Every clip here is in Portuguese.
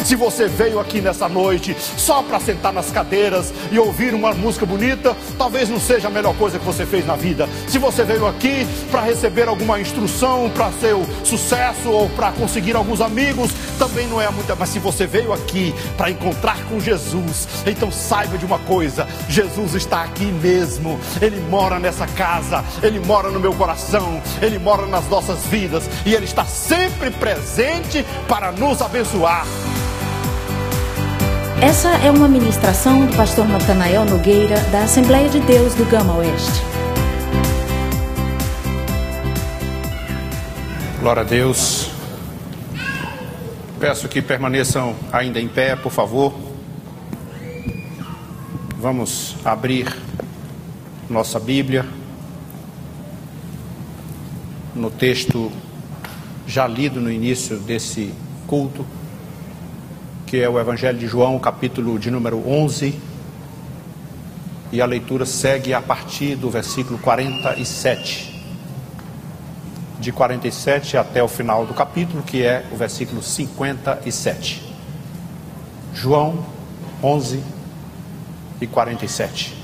Se você veio aqui nessa noite só para sentar nas cadeiras e ouvir uma música bonita, talvez não seja a melhor coisa que você fez na vida. Se você veio aqui para receber alguma instrução para seu sucesso ou para conseguir alguns amigos, também não é muita. Mas se você veio aqui para encontrar com Jesus, então saiba de uma coisa: Jesus está aqui mesmo. Ele mora nessa casa, Ele mora no meu coração, Ele mora nas nossas vidas, e Ele está sempre presente para nos abençoar. Essa é uma ministração do pastor Natanael Nogueira, da Assembleia de Deus do Gama Oeste. Glória a Deus. Peço que permaneçam ainda em pé, por favor. Vamos abrir nossa Bíblia no texto já lido no início desse culto, que é o Evangelho de João, capítulo de número 11, e a leitura segue a partir do versículo 47, de 47 até o final do capítulo, que é o versículo 57. João 11 e 47.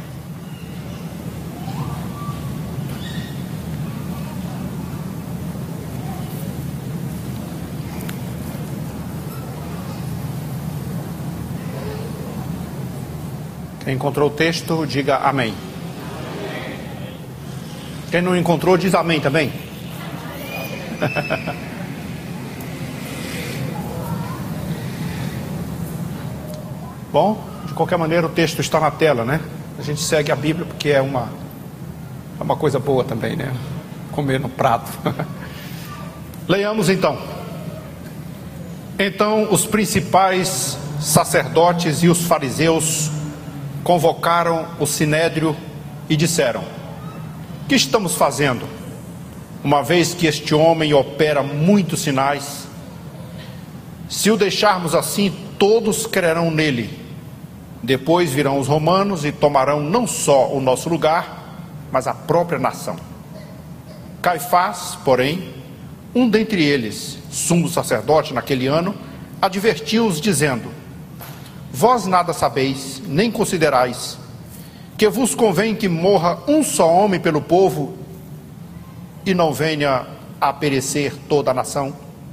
Quem encontrou o texto, diga amém. Quem não encontrou, diz amém também. Bom, de qualquer maneira o texto está na tela, né? A gente segue a Bíblia porque é uma coisa boa também, né? Comer no prato. Leiamos então. Então os principais sacerdotes e os fariseus convocaram o sinédrio e disseram: que estamos fazendo, uma vez que este homem opera muitos sinais? Se o deixarmos assim, todos crerão nele. Depois virão os romanos e tomarão não só o nosso lugar, mas a própria nação. Caifás, porém, um dentre eles, sumo sacerdote naquele ano, advertiu-os dizendo: vós nada sabeis, nem considerais, que vos convém que morra um só homem pelo povo, e não venha a perecer toda a nação?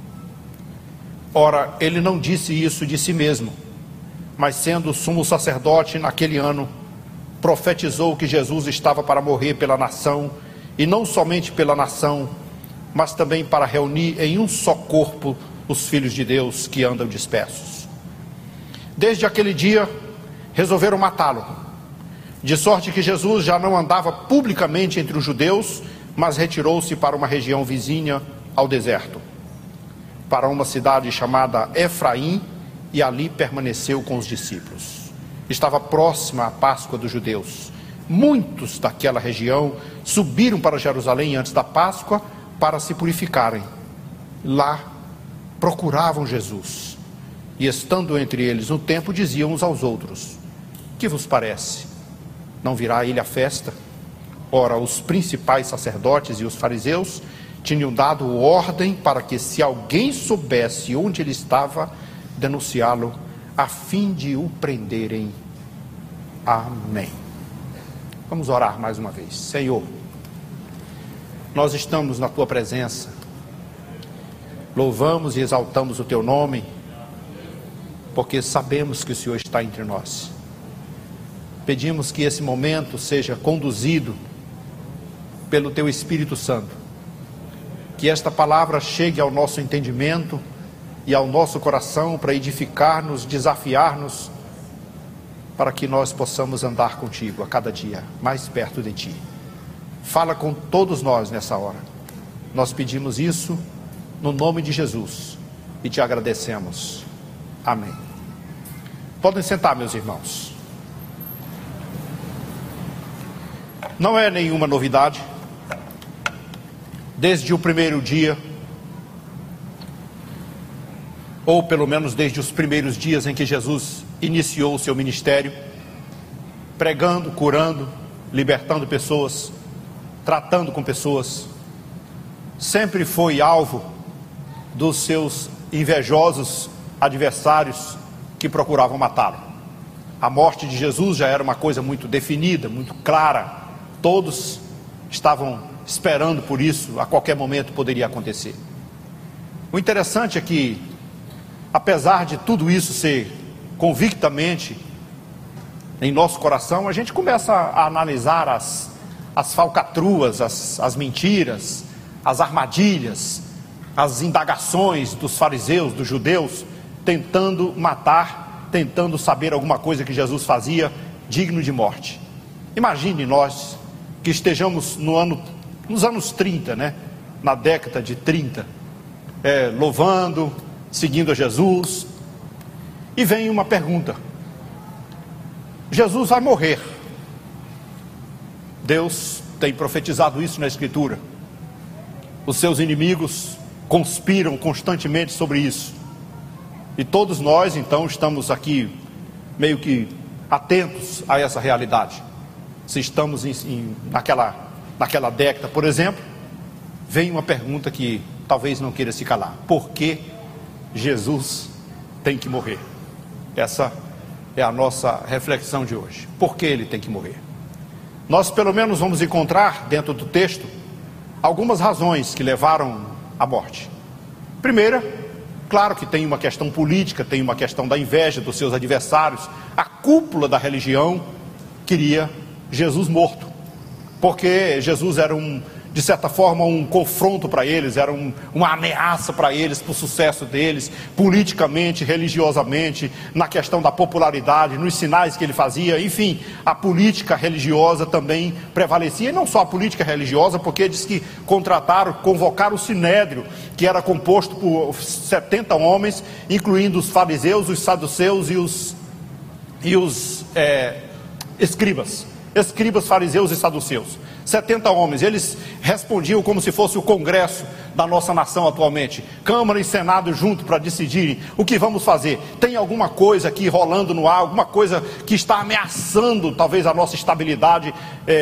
Ora, ele não disse isso de si mesmo, mas sendo sumo sacerdote naquele ano, profetizou que Jesus estava para morrer pela nação, e não somente pela nação, mas também para reunir em um só corpo os filhos de Deus que andam dispersos. Desde aquele dia, resolveram matá-lo, de sorte que Jesus já não andava publicamente entre os judeus, mas retirou-se para uma região vizinha ao deserto, para uma cidade chamada Efraim, e ali permaneceu com os discípulos. Estava próxima a Páscoa dos judeus. Muitos daquela região subiram para Jerusalém antes da Páscoa para se purificarem. Lá procuravam Jesus, e estando entre eles no templo, diziam uns aos outros: que vos parece? Não virá ele à festa? Ora, os principais sacerdotes e os fariseus tinham dado ordem para que, se alguém soubesse onde ele estava, denunciá-lo, a fim de o prenderem. Amém. Vamos orar mais uma vez. Senhor, nós estamos na tua presença, louvamos e exaltamos o teu nome, porque sabemos que o Senhor está entre nós. Pedimos que esse momento seja conduzido pelo teu Espírito Santo, que esta palavra chegue ao nosso entendimento e ao nosso coração para edificar-nos, desafiar-nos, para que nós possamos andar contigo a cada dia mais perto de ti. Fala com todos nós nessa hora. Nós pedimos isso no nome de Jesus e te agradecemos. Amém. Podem sentar, meus irmãos. Não é nenhuma novidade. Desde o primeiro dia, ou pelo menos desde os primeiros dias em que Jesus iniciou o seu ministério, pregando, curando, libertando pessoas, tratando com pessoas, sempre foi alvo dos seus invejosos adversários que procuravam matá-lo. A morte de Jesus já era uma coisa muito definida, muito clara. Todos estavam esperando por isso, a qualquer momento poderia acontecer. O interessante é que, apesar de tudo isso ser convictamente em nosso coração, a gente começa a analisar as falcatruas, as mentiras, as armadilhas, as indagações dos fariseus, dos judeus, tentando matar, tentando saber alguma coisa que Jesus fazia digno de morte. Imagine nós que estejamos nos anos 30, né? Na década de 30, louvando, seguindo a Jesus, e vem uma pergunta: Jesus vai morrer. Deus tem profetizado isso na Escritura. Os seus inimigos conspiram constantemente sobre isso. E todos nós, então, estamos aqui meio que atentos a essa realidade. Se estamos naquela década, por exemplo, vem uma pergunta que talvez não queira se calar: por que Jesus tem que morrer? Essa é a nossa reflexão de hoje. Por que ele tem que morrer? Nós pelo menos vamos encontrar dentro do texto algumas razões que levaram à morte. Primeira, claro que tem uma questão política, tem uma questão da inveja dos seus adversários. A cúpula da religião queria Jesus morto, porque Jesus era de certa forma um confronto para eles, era uma ameaça para eles, para o sucesso deles, politicamente, religiosamente, na questão da popularidade, nos sinais que ele fazia. Enfim, a política religiosa também prevalecia, e não só a política religiosa, porque diz que convocaram o Sinédrio, que era composto por 70 homens, incluindo os fariseus, os saduceus e os escribas, fariseus e saduceus. 70 homens, eles respondiam como se fosse o Congresso da nossa nação atualmente, Câmara e Senado junto para decidirem o que vamos fazer. Tem alguma coisa aqui rolando no ar, alguma coisa que está ameaçando talvez a nossa estabilidade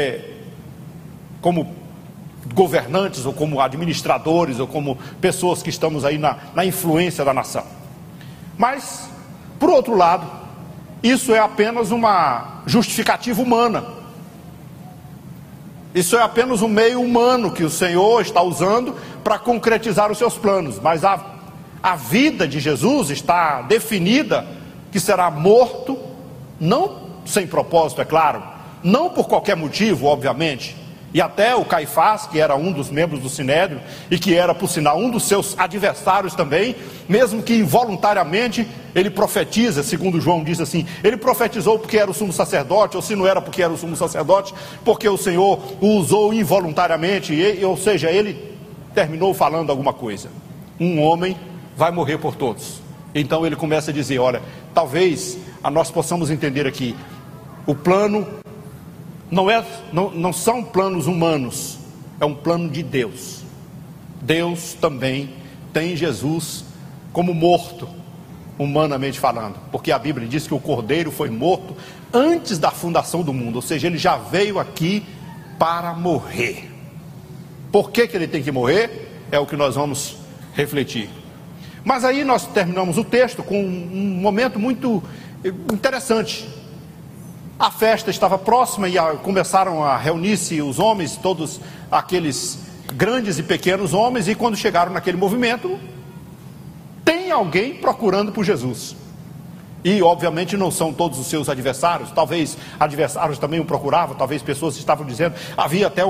como governantes, ou como administradores, ou como pessoas que estamos aí na influência da nação. Mas, por outro lado, isso é apenas uma justificativa humana. Isso é apenas um meio humano que o Senhor está usando para concretizar os seus planos. Mas a vida de Jesus está definida que será morto, não sem propósito, é claro, não por qualquer motivo, obviamente. E até o Caifás, que era um dos membros do Sinédrio, e que era, por sinal, um dos seus adversários também, mesmo que involuntariamente, ele profetiza, segundo João diz assim, ele profetizou porque era o sumo sacerdote, ou se não era porque era o sumo sacerdote, porque o Senhor o usou involuntariamente, ou seja, ele terminou falando alguma coisa. Um homem vai morrer por todos. Então ele começa a dizer, olha, talvez nós possamos entender aqui, o plano não são planos humanos, é um plano de Deus. Deus também tem Jesus como morto, humanamente falando, porque a Bíblia diz que o Cordeiro foi morto antes da fundação do mundo, ou seja, ele já veio aqui para morrer. Por que ele tem que morrer? É o que nós vamos refletir. Mas aí nós terminamos o texto com um momento muito interessante. A festa estava próxima e começaram a reunir-se os homens, todos aqueles grandes e pequenos homens, e quando chegaram naquele movimento, tem alguém procurando por Jesus. E obviamente não são todos os seus adversários, talvez adversários também o procuravam, talvez pessoas estavam dizendo, havia até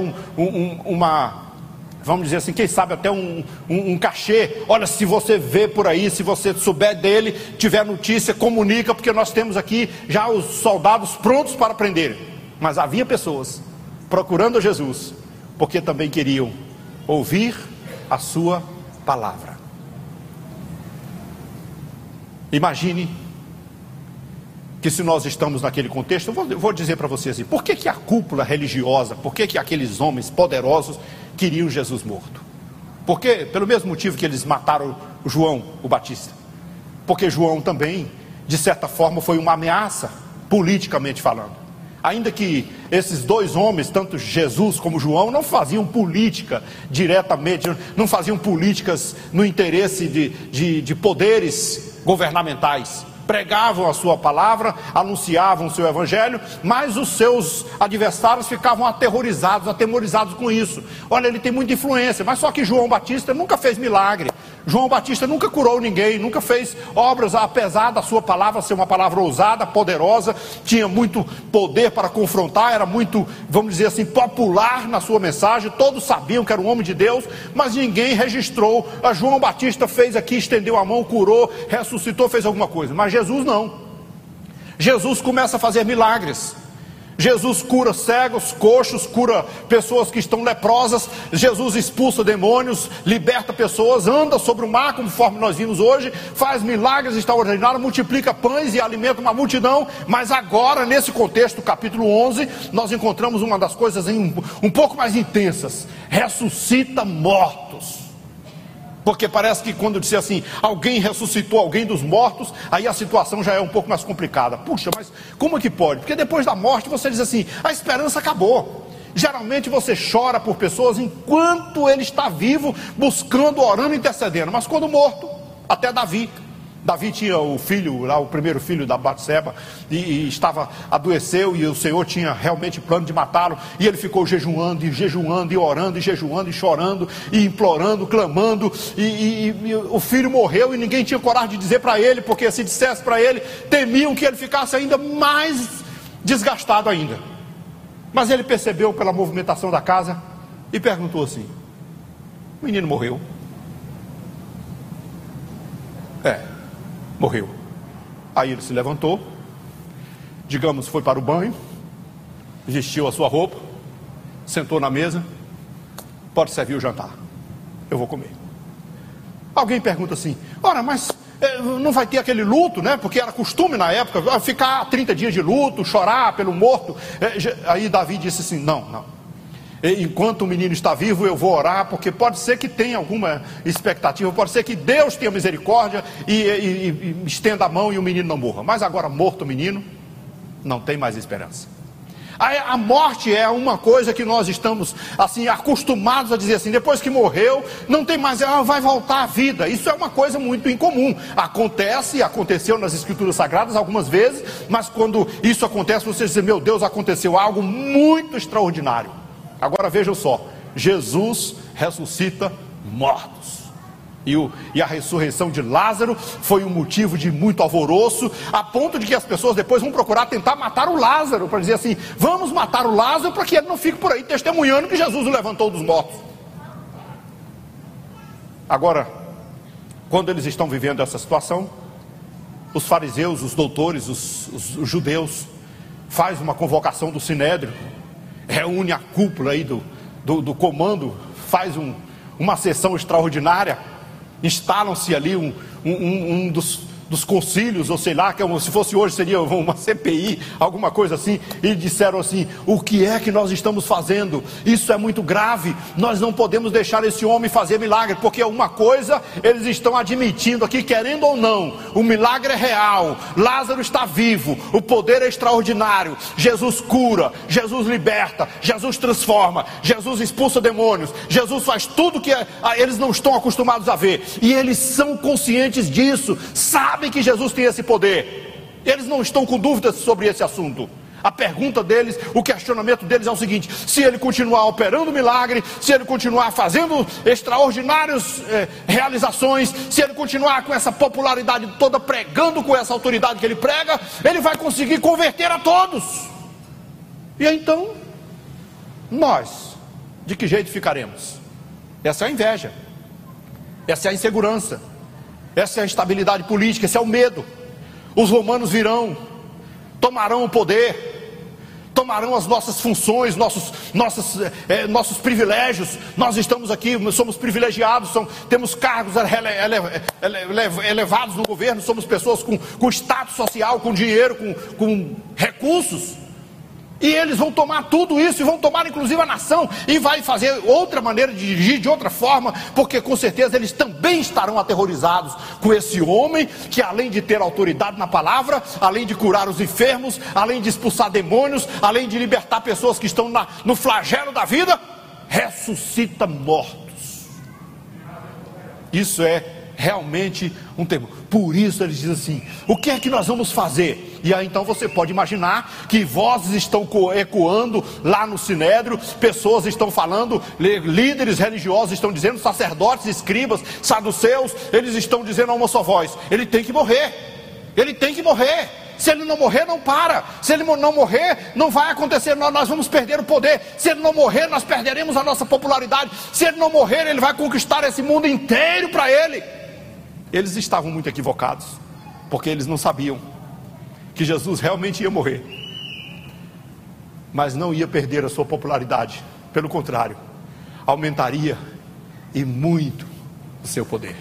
vamos dizer assim, quem sabe até um cachê. Olha, se você vê por aí, se você souber dele, tiver notícia, comunica, porque nós temos aqui já os soldados prontos para prender. Mas havia pessoas procurando Jesus, porque também queriam ouvir a sua palavra. Imagine que se nós estamos naquele contexto, eu vou dizer para vocês assim, por que a cúpula religiosa, por que aqueles homens poderosos queriam Jesus morto? Porque, pelo mesmo motivo que eles mataram João o Batista, porque João também, de certa forma, foi uma ameaça, politicamente falando. Ainda que esses dois homens, tanto Jesus como João, não faziam política diretamente, não faziam políticas no interesse de poderes governamentais. Pregavam a sua palavra, anunciavam o seu evangelho, mas os seus adversários ficavam atemorizados com isso. Olha, ele tem muita influência, mas só que João Batista nunca fez milagre. João Batista nunca curou ninguém, nunca fez obras, apesar da sua palavra ser uma palavra ousada, poderosa, tinha muito poder para confrontar, era muito, vamos dizer assim, popular na sua mensagem, todos sabiam que era um homem de Deus, mas ninguém registrou. João Batista fez aqui, estendeu a mão, curou, ressuscitou, fez alguma coisa, mas Jesus não. Jesus começa a fazer milagres. Jesus cura cegos, coxos, cura pessoas que estão leprosas. Jesus expulsa demônios, liberta pessoas, anda sobre o mar, conforme nós vimos hoje, faz milagres extraordinários, multiplica pães e alimenta uma multidão. Mas agora, nesse contexto, capítulo 11, nós encontramos uma das coisas um pouco mais intensas: ressuscita mortos. Porque parece que quando disser assim, alguém ressuscitou alguém dos mortos, aí a situação já é um pouco mais complicada. Puxa, mas como é que pode? Porque depois da morte você diz assim, a esperança acabou. Geralmente você chora por pessoas enquanto ele está vivo, buscando, orando, intercedendo. Mas quando morto, até Davi tinha o filho, lá o primeiro filho da Batseba, e adoeceu, e o Senhor tinha realmente plano de matá-lo, e ele ficou jejuando, e orando, e jejuando, e chorando, e implorando, clamando, e o filho morreu, e ninguém tinha coragem de dizer para ele, porque se dissesse para ele, temiam que ele ficasse ainda mais desgastado ainda. Mas ele percebeu pela movimentação da casa, e perguntou assim, o menino morreu? Morreu. Aí ele se levantou, digamos, foi para o banho, vestiu a sua roupa, sentou na mesa, pode servir o jantar, eu vou comer. Alguém pergunta assim, ora, mas não vai ter aquele luto, né? Porque era costume na época, ficar 30 dias de luto, chorar pelo morto. Aí Davi disse assim, não. Enquanto o menino está vivo eu vou orar, porque pode ser que tenha alguma expectativa, pode ser que Deus tenha misericórdia e estenda a mão e o menino não morra. Mas agora morto o menino, não tem mais esperança. A morte é uma coisa que nós estamos assim acostumados a dizer assim, depois que morreu, não tem mais, vai voltar à vida. Isso é uma coisa muito incomum. Aconteceu nas Escrituras Sagradas algumas vezes, mas quando isso acontece, você diz, meu Deus, aconteceu algo muito extraordinário. Agora vejam só, Jesus ressuscita mortos. E a ressurreição de Lázaro foi um motivo de muito alvoroço, a ponto de que as pessoas depois vão procurar tentar matar o Lázaro, para dizer assim, vamos matar o Lázaro para que ele não fique por aí testemunhando que Jesus o levantou dos mortos. Agora, quando eles estão vivendo essa situação, os fariseus, os doutores, os judeus, faz uma convocação do Sinédrio, reúne a cúpula aí do comando, faz uma sessão extraordinária, instalam-se ali um dos concílios, ou sei lá, se fosse hoje seria uma CPI, alguma coisa assim, e disseram assim, o que é que nós estamos fazendo? Isso é muito grave, nós não podemos deixar esse homem fazer milagre, porque uma coisa eles estão admitindo aqui, querendo ou não, o milagre é real, Lázaro está vivo, o poder é extraordinário, Jesus cura, Jesus liberta, Jesus transforma, Jesus expulsa demônios, Jesus faz tudo que eles não estão acostumados a ver, e eles são conscientes disso, sabem que Jesus tem esse poder, eles não estão com dúvidas sobre esse assunto. A pergunta deles, o questionamento deles é o seguinte, se ele continuar operando milagre, se ele continuar fazendo extraordinárias realizações, se ele continuar com essa popularidade toda, pregando com essa autoridade que ele prega, ele vai conseguir converter a todos. E então, nós, de que jeito ficaremos? Essa é a inveja, essa é a insegurança, essa é a instabilidade política, esse é o medo. Os romanos virão, tomarão o poder, tomarão as nossas funções, nossos privilégios. Nós estamos aqui, somos privilegiados, temos cargos elevados no governo, somos pessoas com status social, com dinheiro, com recursos. E eles vão tomar tudo isso, e vão tomar inclusive a nação, e vai fazer outra maneira de dirigir, de outra forma, porque com certeza eles também estarão aterrorizados com esse homem, que além de ter autoridade na palavra, além de curar os enfermos, além de expulsar demônios, além de libertar pessoas que estão no flagelo da vida, ressuscita mortos. Isso é realmente um temor. Por isso ele diz assim: o que é que nós vamos fazer? E aí então você pode imaginar que vozes estão ecoando lá no Sinédrio, pessoas estão falando, líderes religiosos estão dizendo, sacerdotes, escribas, saduceus, eles estão dizendo a uma só voz: ele tem que morrer, ele tem que morrer. Se ele não morrer, não para. Se ele não morrer, não vai acontecer, nós vamos perder o poder. Se ele não morrer, nós perderemos a nossa popularidade. Se ele não morrer, ele vai conquistar esse mundo inteiro para ele. Eles estavam muito equivocados, porque eles não sabiam que Jesus realmente ia morrer, mas não ia perder a sua popularidade. Pelo contrário, aumentaria e muito o seu poder.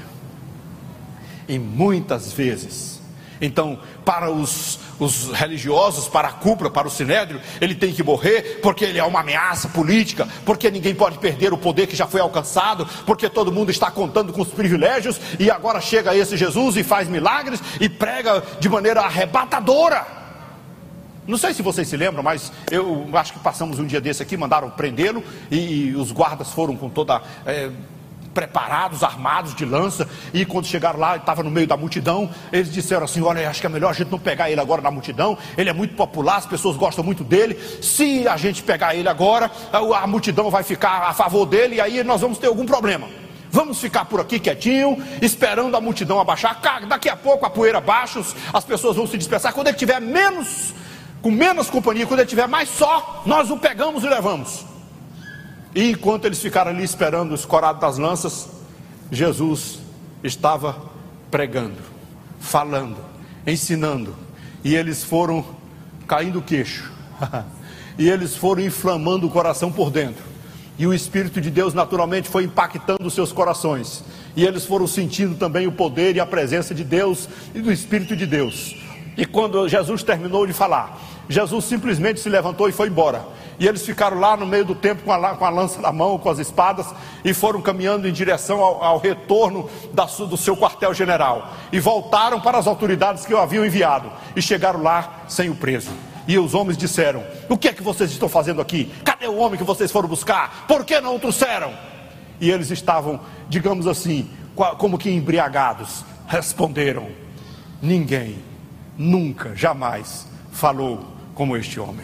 E muitas vezes. Então, para os religiosos, para a cúpula, para o Sinédrio, ele tem que morrer porque ele é uma ameaça política, porque ninguém pode perder o poder que já foi alcançado, porque todo mundo está contando com os privilégios, e agora chega esse Jesus e faz milagres e prega de maneira arrebatadora. Não sei se vocês se lembram, mas eu acho que passamos um dia desse aqui, mandaram prendê-lo, e os guardas foram com toda... preparados, armados de lança, e quando chegaram lá, ele estava no meio da multidão, eles disseram assim: olha, acho que é melhor a gente não pegar ele agora na multidão, ele é muito popular, as pessoas gostam muito dele, se a gente pegar ele agora, a multidão vai ficar a favor dele, e aí nós vamos ter algum problema. Vamos ficar por aqui quietinho, esperando a multidão abaixar, daqui a pouco a poeira baixa, as pessoas vão se dispersar, quando ele tiver com menos companhia, quando ele tiver mais só, nós o pegamos e levamos. E enquanto eles ficaram ali esperando o escorado das lanças, Jesus estava pregando, falando, ensinando, e eles foram caindo o queixo, e eles foram inflamando o coração por dentro, e o Espírito de Deus naturalmente foi impactando os seus corações, e eles foram sentindo também o poder e a presença de Deus e do Espírito de Deus. E quando Jesus terminou de falar, Jesus simplesmente se levantou e foi embora. E eles ficaram lá no meio do templo com a lança na mão, com as espadas, e foram caminhando em direção ao retorno do seu quartel-general. E voltaram para as autoridades que o haviam enviado. E chegaram lá sem o preso. E os homens disseram: o que é que vocês estão fazendo aqui? Cadê o homem que vocês foram buscar? Por que não o trouxeram? E eles estavam, digamos assim, como que embriagados. Responderam: ninguém, nunca, jamais falou como este homem.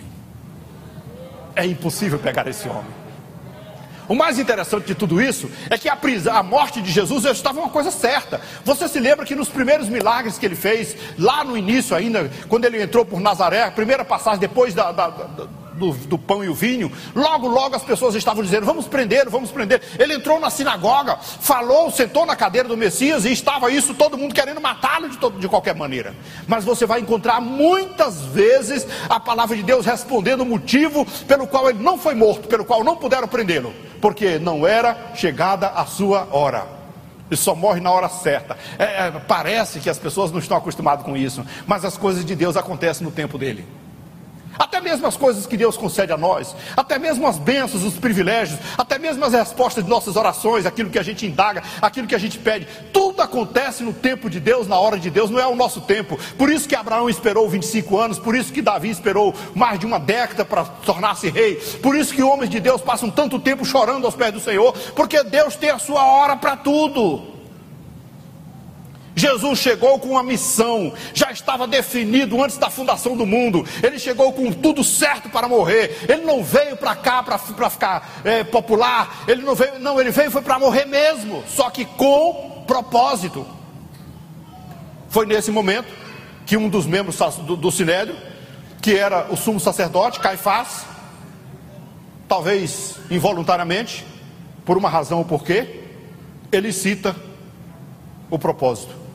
É impossível pegar esse homem. O mais interessante de tudo isso é que a morte de Jesus estava uma coisa certa. Você se lembra que nos primeiros milagres que ele fez, lá no início ainda, quando ele entrou por Nazaré, a primeira passagem depois do pão e o vinho, logo as pessoas estavam dizendo: vamos prender. Ele entrou na sinagoga, falou, sentou na cadeira do Messias, e estava isso, todo mundo querendo matá-lo de qualquer maneira. Mas você vai encontrar muitas vezes a palavra de Deus respondendo o motivo pelo qual ele não foi morto, pelo qual não puderam prendê-lo, porque não era chegada a sua hora. Ele só morre na hora certa. Parece que as pessoas não estão acostumadas com isso, mas as coisas de Deus acontecem no tempo dele. Até mesmo as coisas que Deus concede a nós, até mesmo as bênçãos, os privilégios, até mesmo as respostas de nossas orações, aquilo que a gente indaga, aquilo que a gente pede, tudo acontece no tempo de Deus, na hora de Deus, não é o nosso tempo. Por isso que Abraão esperou 25 anos, por isso que Davi esperou mais de uma década para tornar-se rei, por isso que homens de Deus passam tanto tempo chorando aos pés do Senhor, porque Deus tem a sua hora para tudo. Jesus chegou com uma missão, já estava definido antes da fundação do mundo. Ele chegou com tudo certo para morrer. Ele não veio para cá para ficar popular. Ele veio foi para morrer mesmo, só que com propósito. Foi nesse momento que um dos membros do Sinédrio, que era o sumo sacerdote, Caifás, talvez involuntariamente, por uma razão ou porquê, ele cita o propósito.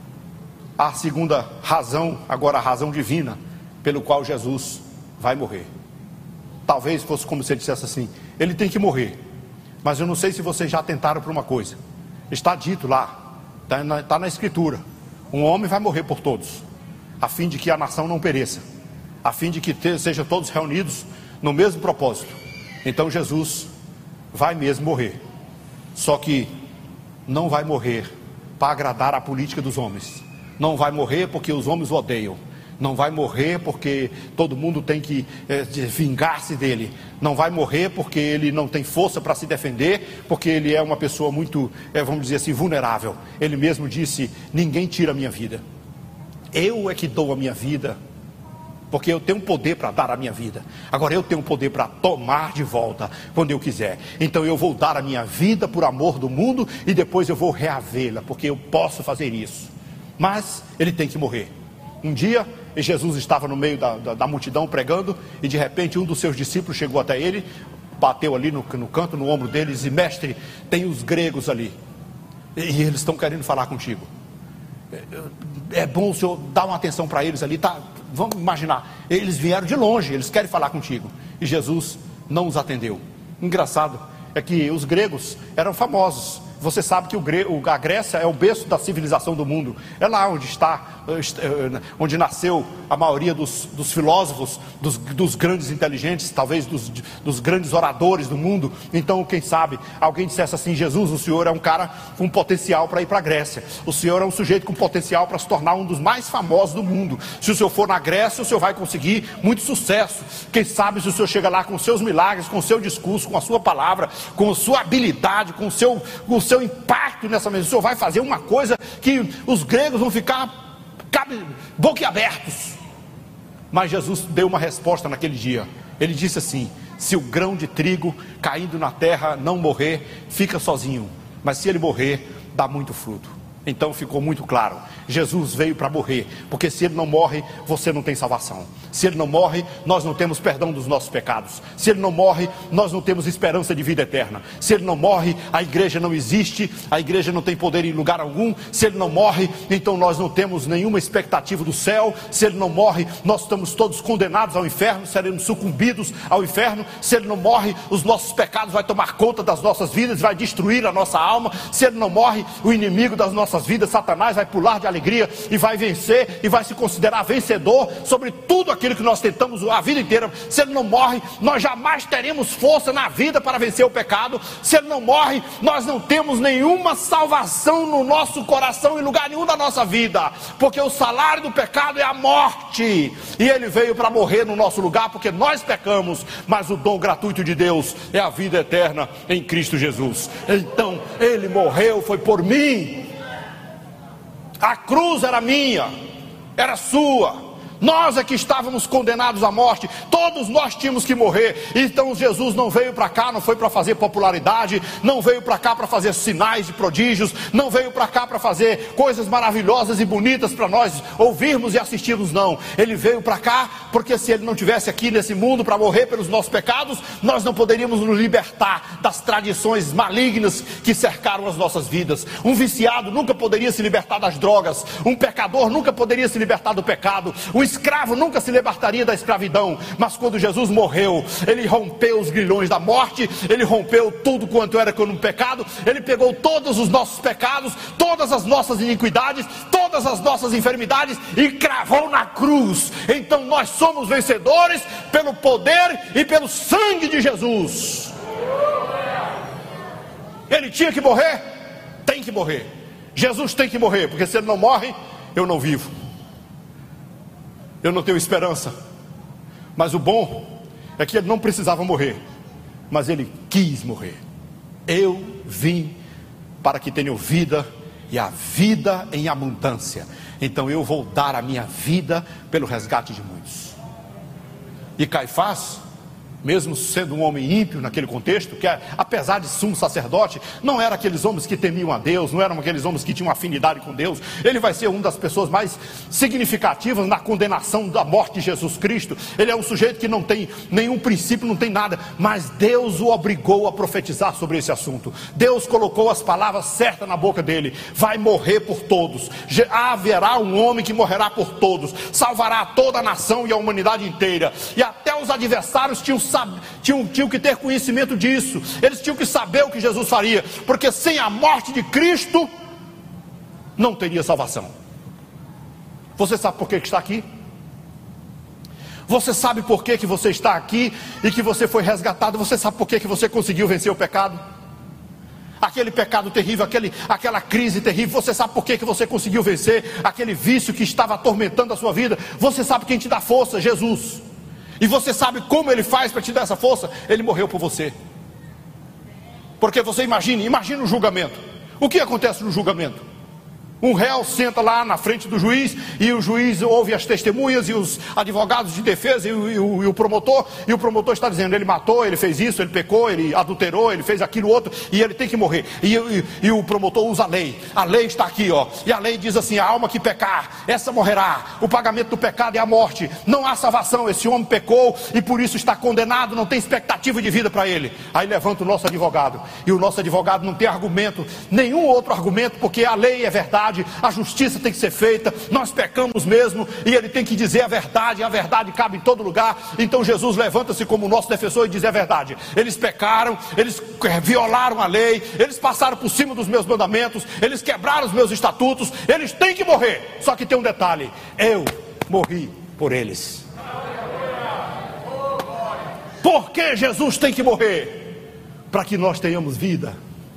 A segunda razão, agora a razão divina, pelo qual Jesus vai morrer. Talvez fosse como se ele dissesse assim: ele tem que morrer, mas eu não sei se vocês já tentaram por uma coisa. Está dito lá, está na escritura: um homem vai morrer por todos, a fim de que a nação não pereça, a fim de que sejam todos reunidos no mesmo propósito. Então Jesus vai mesmo morrer, só que não vai morrer para agradar a política dos homens. Não vai morrer porque os homens o odeiam. Não vai morrer porque todo mundo tem que vingar-se dele. Não vai morrer porque ele não tem força para se defender, porque ele é uma pessoa muito, vamos dizer assim, vulnerável. Ele mesmo disse: ninguém tira a minha vida. Eu é que dou a minha vida, porque eu tenho poder para dar a minha vida. Agora eu tenho poder para tomar de volta quando eu quiser. Então eu vou dar a minha vida por amor do mundo e depois eu vou reavê-la, porque eu posso fazer isso. Mas ele tem que morrer. Um dia Jesus estava no meio da multidão pregando, e de repente um dos seus discípulos chegou até ele, bateu ali no canto, no ombro dele, e disse: mestre, tem os gregos ali, e eles estão querendo falar contigo. É bom o senhor dar uma atenção para eles ali, tá? Vamos imaginar, eles vieram de longe, eles querem falar contigo. E Jesus não os atendeu. Engraçado é que os gregos eram famosos. Você sabe que a Grécia é o berço da civilização do mundo. É lá onde nasceu a maioria dos filósofos, dos grandes inteligentes, talvez dos grandes oradores do mundo. Então, quem sabe, alguém dissesse assim: Jesus, o senhor é um cara com potencial para ir para a Grécia. O senhor é um sujeito com potencial para se tornar um dos mais famosos do mundo. Se o senhor for na Grécia, o senhor vai conseguir muito sucesso. Quem sabe se o senhor chega lá com seus milagres, com o seu discurso, com a sua palavra, com a sua habilidade, com o seu impacto nessa mesa, o senhor vai fazer uma coisa que os gregos vão ficar boquiabertos. Mas Jesus deu uma resposta naquele dia. Ele disse assim: se o grão de trigo caindo na terra não morrer, fica sozinho, mas se ele morrer, dá muito fruto. Então ficou muito claro, Jesus veio para morrer, porque se ele não morre, você não tem salvação. Se ele não morre, nós não temos perdão dos nossos pecados. Se ele não morre, nós não temos esperança de vida eterna. Se ele não morre, a igreja não existe, a igreja não tem poder em lugar algum. Se ele não morre, então nós não temos nenhuma expectativa do céu. Se ele não morre, nós estamos todos condenados ao inferno, seremos sucumbidos ao inferno. Se ele não morre, os nossos pecados vai tomar conta das nossas vidas, vai destruir a nossa alma. Se ele não morre, o inimigo das nossas vidas, Satanás, vai pular de alegria e vai vencer, e vai se considerar vencedor sobre tudo aquilo que nós tentamos a vida inteira. Se ele não morre, nós jamais teremos força na vida para vencer o pecado. Se ele não morre, nós não temos nenhuma salvação no nosso coração, em lugar nenhum da nossa vida, porque o salário do pecado é a morte, e ele veio para morrer no nosso lugar, porque nós pecamos, mas o dom gratuito de Deus é a vida eterna em Cristo Jesus. Então ele morreu, foi por mim. A cruz era minha, era sua. Nós é que estávamos condenados à morte. Todos nós tínhamos que morrer. Então Jesus não veio para cá, não foi para fazer popularidade, não veio para cá para fazer sinais e prodígios, não veio para cá para fazer coisas maravilhosas e bonitas para nós ouvirmos e assistirmos, não. Ele veio para cá porque se ele não tivesse aqui nesse mundo para morrer pelos nossos pecados, nós não poderíamos nos libertar das tradições malignas que cercaram as nossas vidas. Um viciado nunca poderia se libertar das drogas, um pecador nunca poderia se libertar do pecado, um escravo nunca se libertaria da escravidão. Mas quando Jesus morreu, ele rompeu os grilhões da morte, ele rompeu tudo quanto era como pecado, ele pegou todos os nossos pecados, todas as nossas iniquidades, todas as nossas enfermidades e cravou na cruz. Então nós somos vencedores pelo poder e pelo sangue de Jesus. Ele tinha que morrer? Tem que morrer. Jesus tem que morrer, porque se ele não morre, eu não vivo. Eu não tenho esperança. Mas o bom é que ele não precisava morrer, mas ele quis morrer. Eu vim para que tenham vida, e a vida em abundância. Então eu vou dar a minha vida pelo resgate de muitos. E Caifás, mesmo sendo um homem ímpio naquele contexto, que apesar de sumo sacerdote, não era aqueles homens que temiam a Deus, não eram aqueles homens que tinham afinidade com Deus. Ele vai ser uma das pessoas mais significativas na condenação da morte de Jesus Cristo. Ele é um sujeito que não tem nenhum princípio, não tem nada, mas Deus o obrigou a profetizar sobre esse assunto. Deus colocou as palavras certas na boca dele: vai morrer por todos, haverá um homem que morrerá por todos, salvará toda a nação e a humanidade inteira. E até os adversários tinham que ter conhecimento disso. Eles tinham que saber o que Jesus faria, porque sem a morte de Cristo não teria salvação. Você sabe por que está aqui? Você sabe por que você está aqui e que você foi resgatado? Você sabe por que você conseguiu vencer o pecado? aquele pecado terrível, aquela crise terrível. Você sabe por que você conseguiu vencer aquele vício que estava atormentando a sua vida. Você sabe quem te dá força? Jesus. E você sabe como Ele faz para te dar essa força? Ele morreu por você. Porque você imagina o julgamento. O que acontece no julgamento? Um réu senta lá na frente do juiz, e o juiz ouve as testemunhas e os advogados de defesa e o promotor, e o promotor está dizendo: ele matou, ele fez isso, ele pecou, ele adulterou, ele fez aquilo outro, e ele tem que morrer. E o promotor usa a lei está aqui, ó, e a lei diz assim: a alma que pecar, essa morrerá, o pagamento do pecado é a morte, não há salvação, esse homem pecou e por isso está condenado, não tem expectativa de vida para ele. Aí levanta o nosso advogado, e o nosso advogado não tem argumento, nenhum outro argumento, porque a lei é verdade, a justiça tem que ser feita, nós pecamos mesmo, e ele tem que dizer a verdade cabe em todo lugar. Então Jesus levanta-se como nosso defensor e diz: é verdade, eles pecaram, eles violaram a lei, eles passaram por cima dos meus mandamentos, eles quebraram os meus estatutos, eles têm que morrer. Só que tem um detalhe: eu morri por eles. Por que Jesus tem que morrer? Para que nós tenhamos vida,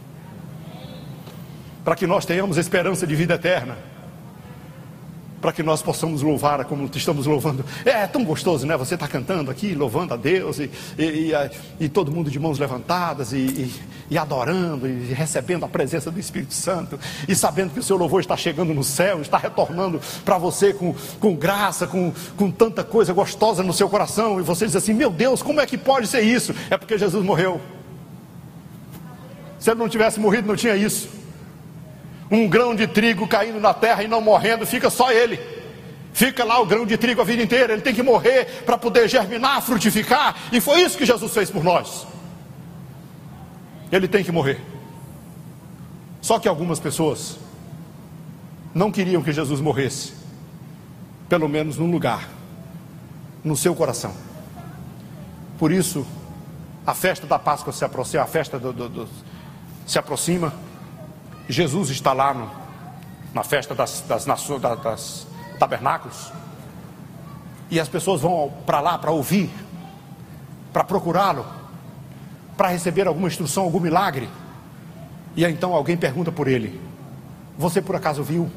para que nós tenhamos esperança de vida eterna, para que nós possamos louvar como estamos louvando. É tão gostoso, né? Você está cantando aqui, louvando a Deus, e todo mundo de mãos levantadas, e adorando, e recebendo a presença do Espírito Santo, e sabendo que o seu louvor está chegando no céu, está retornando para você com graça, com tanta coisa gostosa no seu coração, e você diz assim: meu Deus, como é que pode ser isso? É porque Jesus morreu. Se ele não tivesse morrido, não tinha isso. Um grão de trigo caindo na terra e não morrendo, fica só ele. Fica lá o grão de trigo a vida inteira. Ele tem que morrer para poder germinar, frutificar. E foi isso que Jesus fez por nós. Ele tem que morrer. Só que algumas pessoas não queriam que Jesus morresse. Pelo menos num lugar, no seu coração. Por isso, a festa da Páscoa se aproxima, a festa se aproxima. Jesus está lá na festa das tabernáculos, e as pessoas vão para lá para ouvir, para procurá-lo, para receber alguma instrução, algum milagre. E aí, então alguém pergunta por ele: você por acaso viu?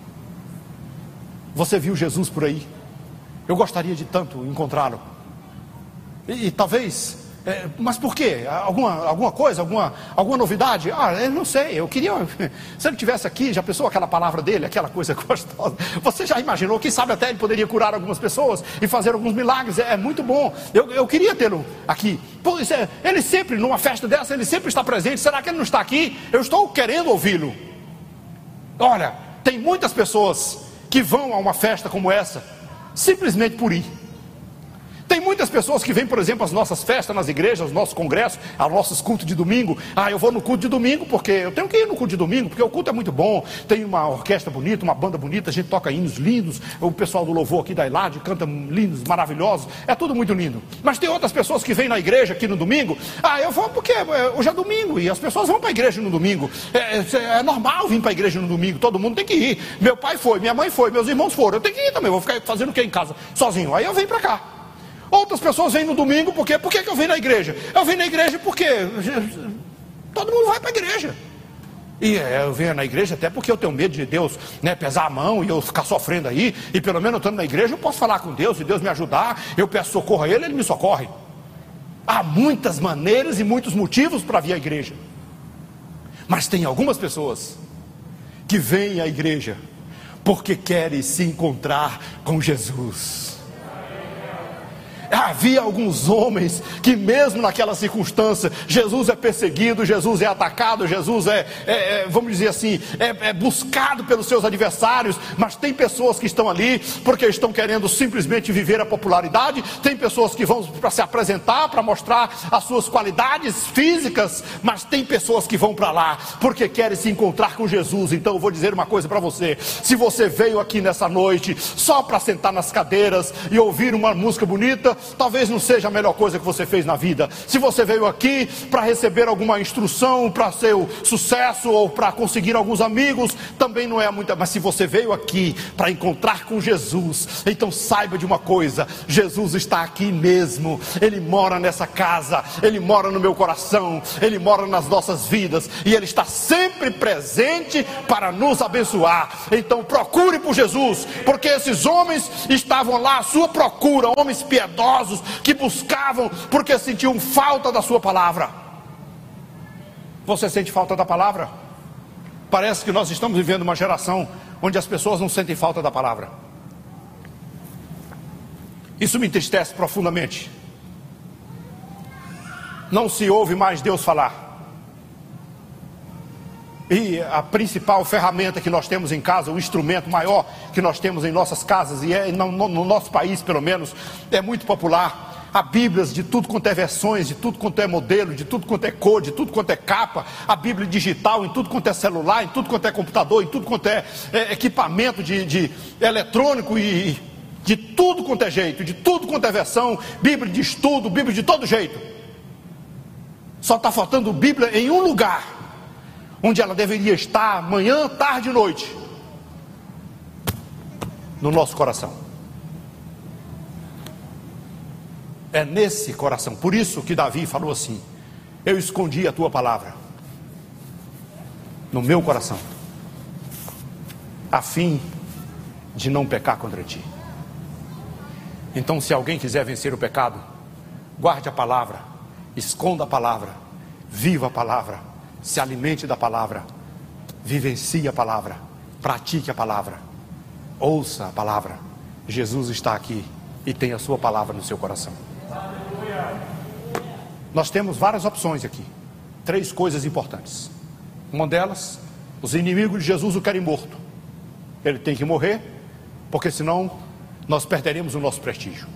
Você viu Jesus por aí? Eu gostaria de tanto encontrá-lo. E talvez... mas por quê? Alguma coisa? Alguma novidade? Eu não sei, eu queria... Se ele estivesse aqui, já pensou aquela palavra dele, aquela coisa gostosa? Você já imaginou? Quem sabe até ele poderia curar algumas pessoas e fazer alguns milagres. É muito bom. Eu queria tê-lo aqui. Pois ele sempre, numa festa dessa, ele sempre está presente. Será que ele não está aqui? Eu estou querendo ouvi-lo. Olha, tem muitas pessoas que vão a uma festa como essa simplesmente por ir. Tem muitas pessoas que vêm, por exemplo, às nossas festas nas igrejas, aos nossos congressos, aos nossos cultos de domingo. Eu vou no culto de domingo porque eu tenho que ir no culto de domingo, porque o culto é muito bom, tem uma orquestra bonita, uma banda bonita, a gente toca hinos lindos, o pessoal do louvor aqui da Elade canta lindos, maravilhosos, é tudo muito lindo. Mas tem outras pessoas que vêm na igreja aqui no domingo. Eu vou porque hoje é domingo e as pessoas vão para a igreja no domingo. É normal vir para a igreja no domingo, todo mundo tem que ir. Meu pai foi, minha mãe foi, meus irmãos foram, eu tenho que ir também, vou ficar fazendo o que em casa, sozinho? Aí eu venho para cá. Outras pessoas vêm no domingo porque... Por que eu venho na igreja? Eu venho na igreja porque todo mundo vai para a igreja. E eu venho na igreja até porque eu tenho medo de Deus, né, pesar a mão e eu ficar sofrendo aí. E pelo menos eu estando na igreja eu posso falar com Deus, e Deus me ajudar, eu peço socorro a Ele, Ele me socorre. Há muitas maneiras e muitos motivos para vir à igreja. Mas tem algumas pessoas que vêm à igreja porque querem se encontrar com Jesus. Havia alguns homens que mesmo naquela circunstância, Jesus é perseguido, Jesus é atacado, Jesus vamos dizer assim, é buscado pelos seus adversários, mas tem pessoas que estão ali porque estão querendo simplesmente viver a popularidade, tem pessoas que vão para se apresentar, para mostrar as suas qualidades físicas, mas tem pessoas que vão para lá porque querem se encontrar com Jesus. Então eu vou dizer uma coisa para você: se você veio aqui nessa noite só para sentar nas cadeiras e ouvir uma música bonita, talvez não seja a melhor coisa que você fez na vida. Se você veio aqui para receber alguma instrução, para seu sucesso ou para conseguir alguns amigos, também não é muita. Mas se você veio aqui para encontrar com Jesus, então saiba de uma coisa: Jesus está aqui mesmo. Ele mora nessa casa, Ele mora no meu coração, Ele mora nas nossas vidas, e Ele está sempre presente para nos abençoar. Então procure por Jesus, porque esses homens estavam lá à sua procura, homens piedosos que buscavam porque sentiam falta da sua palavra. Você sente falta da palavra? Parece que nós estamos vivendo uma geração onde as pessoas não sentem falta da palavra. Isso me entristece profundamente. Não se ouve mais Deus falar. E a principal ferramenta que nós temos em casa, o instrumento maior que nós temos em nossas casas, e no nosso país pelo menos, é muito popular. Há Bíblias de tudo quanto é versões, de tudo quanto é modelo, de tudo quanto é cor, de tudo quanto é capa. A Bíblia digital em tudo quanto é celular, em tudo quanto é computador, em tudo quanto é equipamento de eletrônico, e de tudo quanto é jeito, de tudo quanto é versão. Bíblia de estudo, Bíblia de todo jeito. Só está faltando Bíblia em um lugar onde ela deveria estar manhã, tarde e noite: no nosso coração. É nesse coração. Por isso que Davi falou assim: eu escondi a tua palavra no meu coração, a fim de não pecar contra ti. Então, se alguém quiser vencer o pecado, guarde a palavra, esconda a palavra, viva a palavra, se alimente da palavra, vivencie a palavra, pratique a palavra, ouça a palavra. Jesus está aqui e tem a sua palavra no seu coração. Nós temos várias opções aqui, 3 coisas importantes. Uma delas, os inimigos de Jesus o querem morto. Ele tem que morrer, porque senão nós perderemos o nosso prestígio.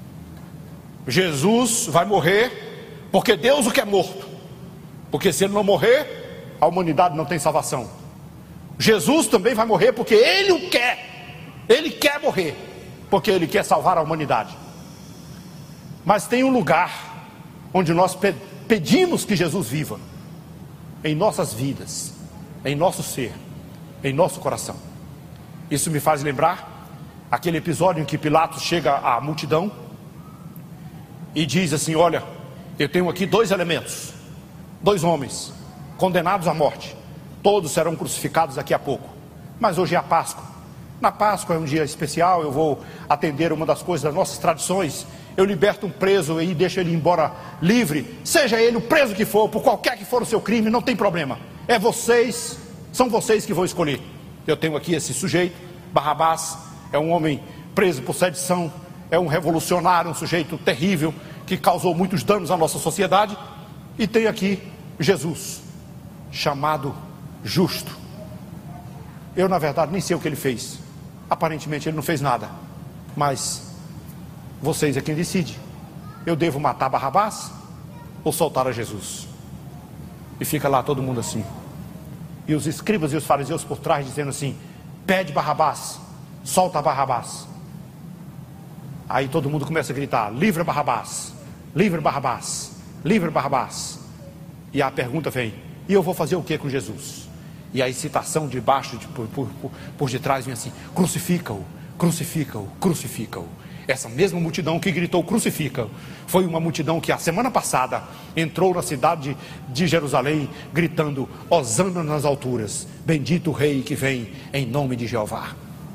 Jesus vai morrer porque Deus o quer morto, porque se ele não morrer, a humanidade não tem salvação. Jesus também vai morrer porque ele o quer. Ele quer morrer porque ele quer salvar a humanidade. Mas tem um lugar onde nós pedimos que Jesus viva, em nossas vidas, em nosso ser, em nosso coração. Isso me faz lembrar aquele episódio em que Pilatos chega à multidão e diz assim: olha, eu tenho aqui 2 elementos, 2 homens condenados à morte, todos serão crucificados daqui a pouco, mas hoje é a Páscoa. Na Páscoa é um dia especial, eu vou atender uma das coisas das nossas tradições. Eu liberto um preso e deixo ele embora livre, seja ele o preso que for, por qualquer que for o seu crime, não tem problema. É vocês, são vocês que vão escolher. Eu tenho aqui esse sujeito, Barrabás, é um homem preso por sedição, é um revolucionário, um sujeito terrível, que causou muitos danos à nossa sociedade. E tem aqui Jesus, chamado justo. Eu na verdade nem sei o que ele fez, aparentemente ele não fez nada, mas vocês é quem decide. Eu devo matar Barrabás ou soltar a Jesus? E fica lá todo mundo assim, e os escribas e os fariseus por trás dizendo assim: pede Barrabás, solta Barrabás. Aí todo mundo começa a gritar: livra Barrabás, livra Barrabás, livra Barrabás. E a pergunta vem: e eu vou fazer o que com Jesus? E a incitação de baixo, por detrás vem assim: crucifica-o, crucifica-o, crucifica-o. Essa mesma multidão que gritou crucifica, foi uma multidão que a semana passada entrou na cidade de Jerusalém gritando: hosana nas alturas, bendito o rei que vem em nome de Jeová.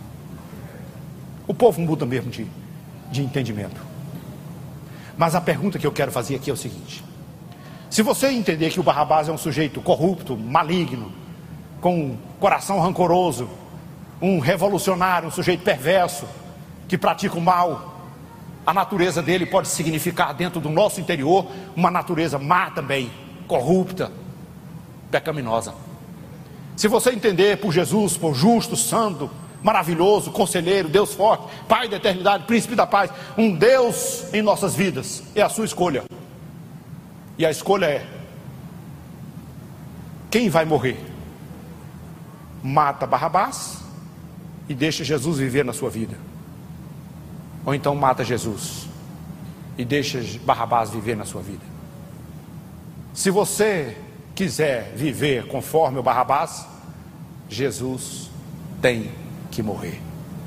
O povo muda mesmo de entendimento. Mas a pergunta que eu quero fazer aqui é o seguinte: se você entender que o Barrabás é um sujeito corrupto, maligno, com um coração rancoroso, um revolucionário, um sujeito perverso, que pratica o mal, a natureza dele pode significar dentro do nosso interior uma natureza má também, corrupta, pecaminosa. Se você entender por Jesus, por justo, santo, maravilhoso, conselheiro, Deus forte, Pai da eternidade, príncipe da paz, um Deus em nossas vidas, é a sua escolha. E a escolha é: quem vai morrer? Mata Barrabás e deixa Jesus viver na sua vida, ou então mata Jesus e deixe Barrabás viver na sua vida. Se você quiser viver conforme o Barrabás, Jesus tem que morrer.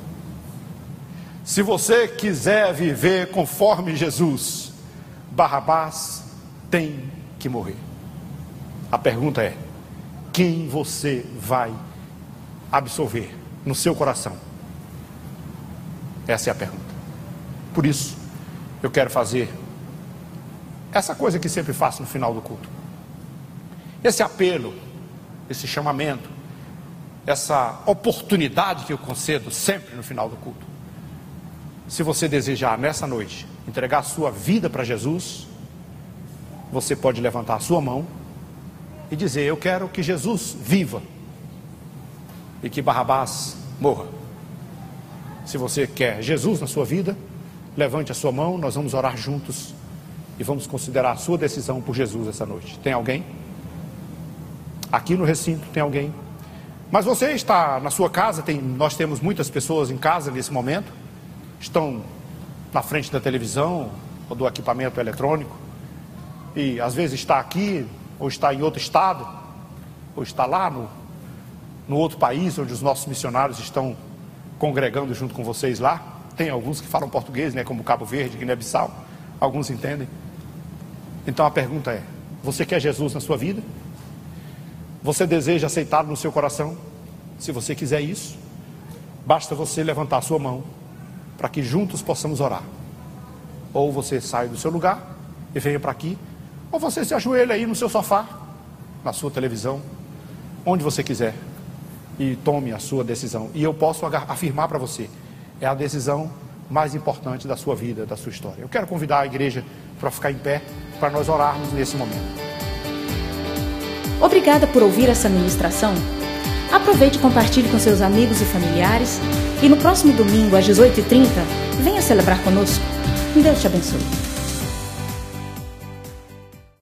Se você quiser viver conforme Jesus, Barrabás tem que morrer. A pergunta é: quem você vai absolver no seu coração? Essa é a pergunta. Por isso, eu quero fazer essa coisa que sempre faço no final do culto. Esse apelo, esse chamamento, essa oportunidade que eu concedo sempre no final do culto. Se você desejar nessa noite entregar a sua vida para Jesus, você pode levantar a sua mão e dizer: eu quero que Jesus viva e que Barrabás morra. Se você quer Jesus na sua vida, levante a sua mão, nós vamos orar juntos e vamos considerar a sua decisão por Jesus essa noite. Tem alguém? Aqui no recinto tem alguém? Mas você está na sua casa, nós temos muitas pessoas em casa nesse momento, estão na frente da televisão ou do equipamento eletrônico, e às vezes está aqui, ou está em outro estado, ou está lá no outro país, onde os nossos missionários estão congregando junto com vocês lá. Tem alguns que falam português, né, como Cabo Verde, Guiné-Bissau, alguns entendem. Então a pergunta é: você quer Jesus na sua vida? Você deseja aceitá-lo no seu coração? Se você quiser isso, basta você levantar a sua mão, para que juntos possamos orar. Ou você sai do seu lugar e venha para aqui, ou você se ajoelha aí no seu sofá, na sua televisão, onde você quiser, e tome a sua decisão. E eu posso afirmar para você: é a decisão mais importante da sua vida, da sua história. Eu quero convidar a igreja para ficar em pé, para nós orarmos nesse momento. Obrigada por ouvir essa ministração. Aproveite e compartilhe com seus amigos e familiares. E no próximo domingo, às 18h30, venha celebrar conosco. Deus te abençoe.